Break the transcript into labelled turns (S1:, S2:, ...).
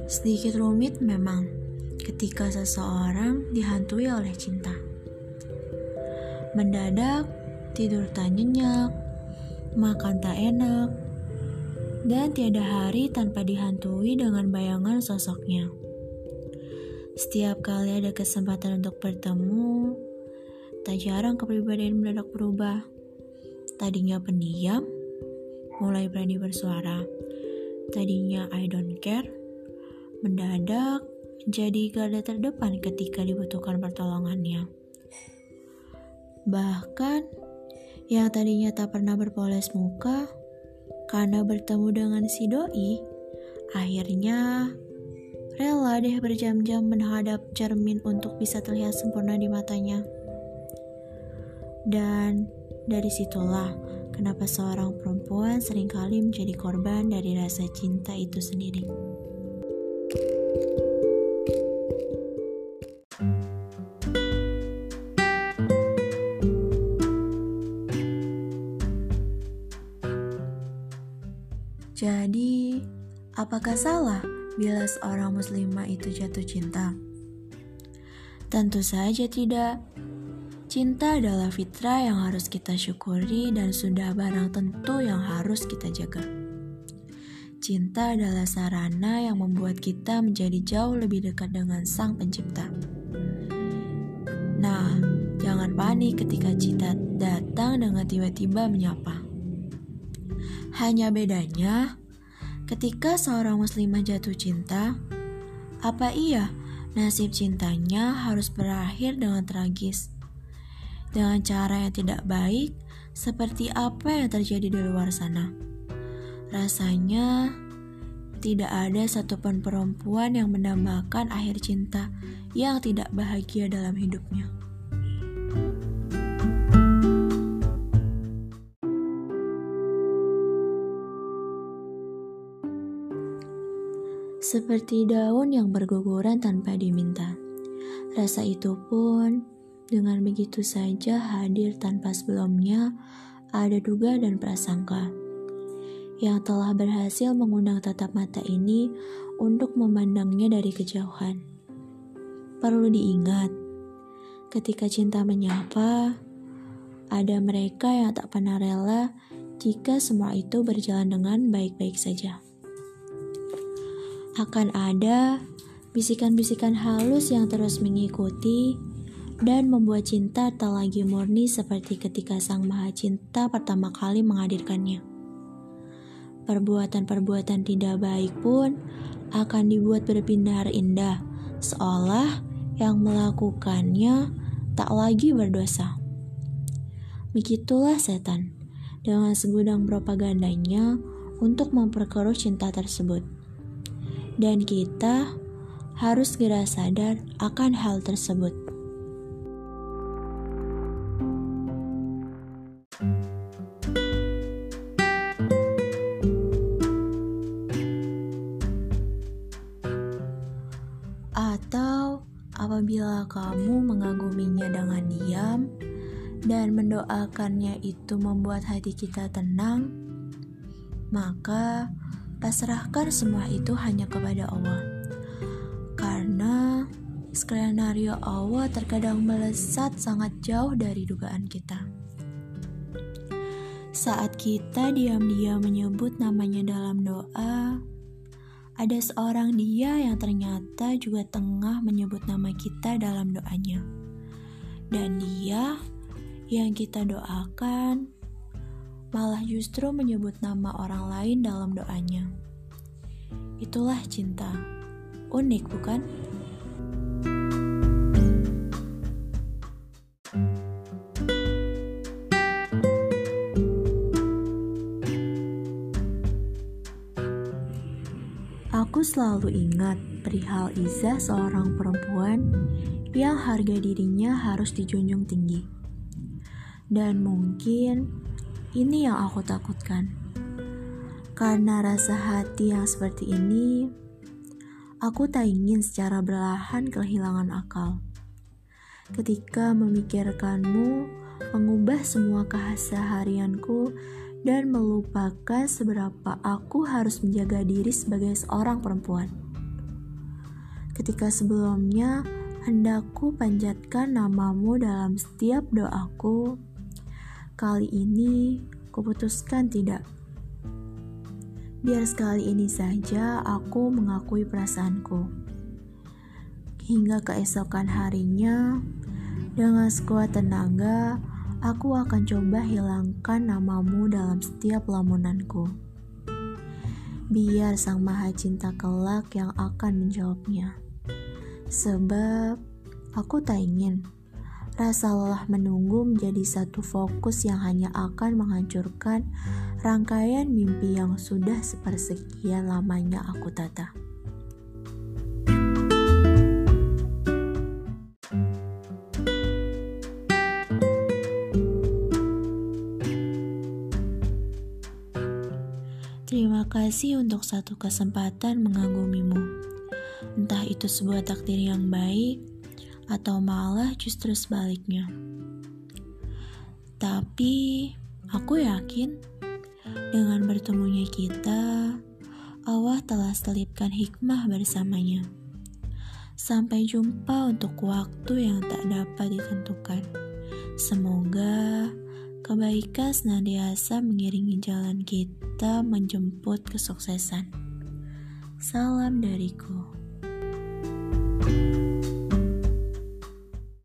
S1: Sedikit rumit memang ketika seseorang dihantui oleh cinta. Mendadak tidur tak nyenyak, makan tak enak, dan tiada hari tanpa dihantui dengan bayangan sosoknya. Setiap kali ada kesempatan untuk bertemu, tak jarang kepribadian mendadak berubah. Tadinya pendiam, mulai berani bersuara. Tadinya I don't care, mendadak jadi garda terdepan ketika dibutuhkan pertolongannya. Bahkan yang tadinya tak pernah berpoles muka, karena bertemu dengan si doi, akhirnya rela deh berjam-jam menghadap cermin untuk bisa terlihat sempurna di matanya. Dan dari situlah kenapa seorang perempuan seringkali menjadi korban dari rasa cinta itu sendiri. Jadi, apakah salah bila seorang muslimah itu jatuh cinta? Tentu saja tidak. Cinta adalah fitrah yang harus kita syukuri dan sudah barang tentu yang harus kita jaga. Cinta adalah sarana yang membuat kita menjadi jauh lebih dekat dengan Sang Pencipta. Nah, jangan panik ketika cinta datang dengan tiba-tiba menyapa. Hanya bedanya, ketika seorang muslimah jatuh cinta, apa iya nasib cintanya harus berakhir dengan tragis? Dengan cara yang tidak baik, seperti apa yang terjadi di luar sana. Rasanya, tidak ada satupun perempuan yang mendambakan akhir cinta yang tidak bahagia dalam hidupnya. Seperti daun yang berguguran tanpa diminta. Rasa itu pun dengan begitu saja hadir tanpa sebelumnya ada duga dan prasangka. Yang telah berhasil mengundang tatap mata ini untuk memandangnya dari kejauhan. Perlu diingat, ketika cinta menyapa, ada mereka yang tak pernah rela jika semua itu berjalan dengan baik-baik saja. Akan ada bisikan-bisikan halus yang terus mengikuti dan membuat cinta tak lagi murni seperti ketika Sang Maha Cinta pertama kali menghadirkannya. Perbuatan-perbuatan tidak baik pun akan dibuat berpindah indah, seolah yang melakukannya tak lagi berdosa. Begitulah setan dengan segudang propagandanya untuk memperkeruh cinta tersebut. Dan kita harus segera sadar akan hal tersebut. Atau apabila kamu mengaguminya dengan diam dan mendoakannya itu membuat hati kita tenang, maka pasrahkan semua itu hanya kepada Allah. Karena skenario Allah terkadang melesat sangat jauh dari dugaan kita. Saat kita diam-diam menyebut namanya dalam doa, ada seorang dia yang ternyata juga tengah menyebut nama kita dalam doanya. Dan dia yang kita doakan malah justru menyebut nama orang lain dalam doanya. Itulah cinta. Unik, bukan? Aku selalu ingat perihal Izzah seorang perempuan yang harga dirinya harus dijunjung tinggi. Dan mungkin ini yang aku takutkan. Karena rasa hati yang seperti ini, aku tak ingin secara perlahan kehilangan akal. Ketika memikirkanmu, mengubah semua keseharianku dan melupakan seberapa aku harus menjaga diri sebagai seorang perempuan. ketika sebelumnya hendakku panjatkan namamu dalam setiap doaku, kali ini kuputuskan tidak. Biar sekali ini saja aku mengakui perasaanku. Hingga keesokan harinya, dengan sekuat tenaga, aku akan coba hilangkan namamu dalam setiap lamunanku. Biar Sang Maha Cinta kelak yang akan menjawabnya. Sebab aku tak ingin rasa lelah menunggu menjadi satu fokus yang hanya akan menghancurkan rangkaian mimpi yang sudah sepersekian lamanya aku tata. Terima kasih untuk satu kesempatan mengagumimu. Entah itu sebuah takdir yang baik atau malah justru sebaliknya. Tapi aku yakin dengan bertemunya kita, Allah telah selipkan hikmah bersamanya. Sampai jumpa untuk waktu yang tak dapat ditentukan. Semoga kebaikan senantiasa mengiringi jalan kita menjemput kesuksesan. Salam dariku.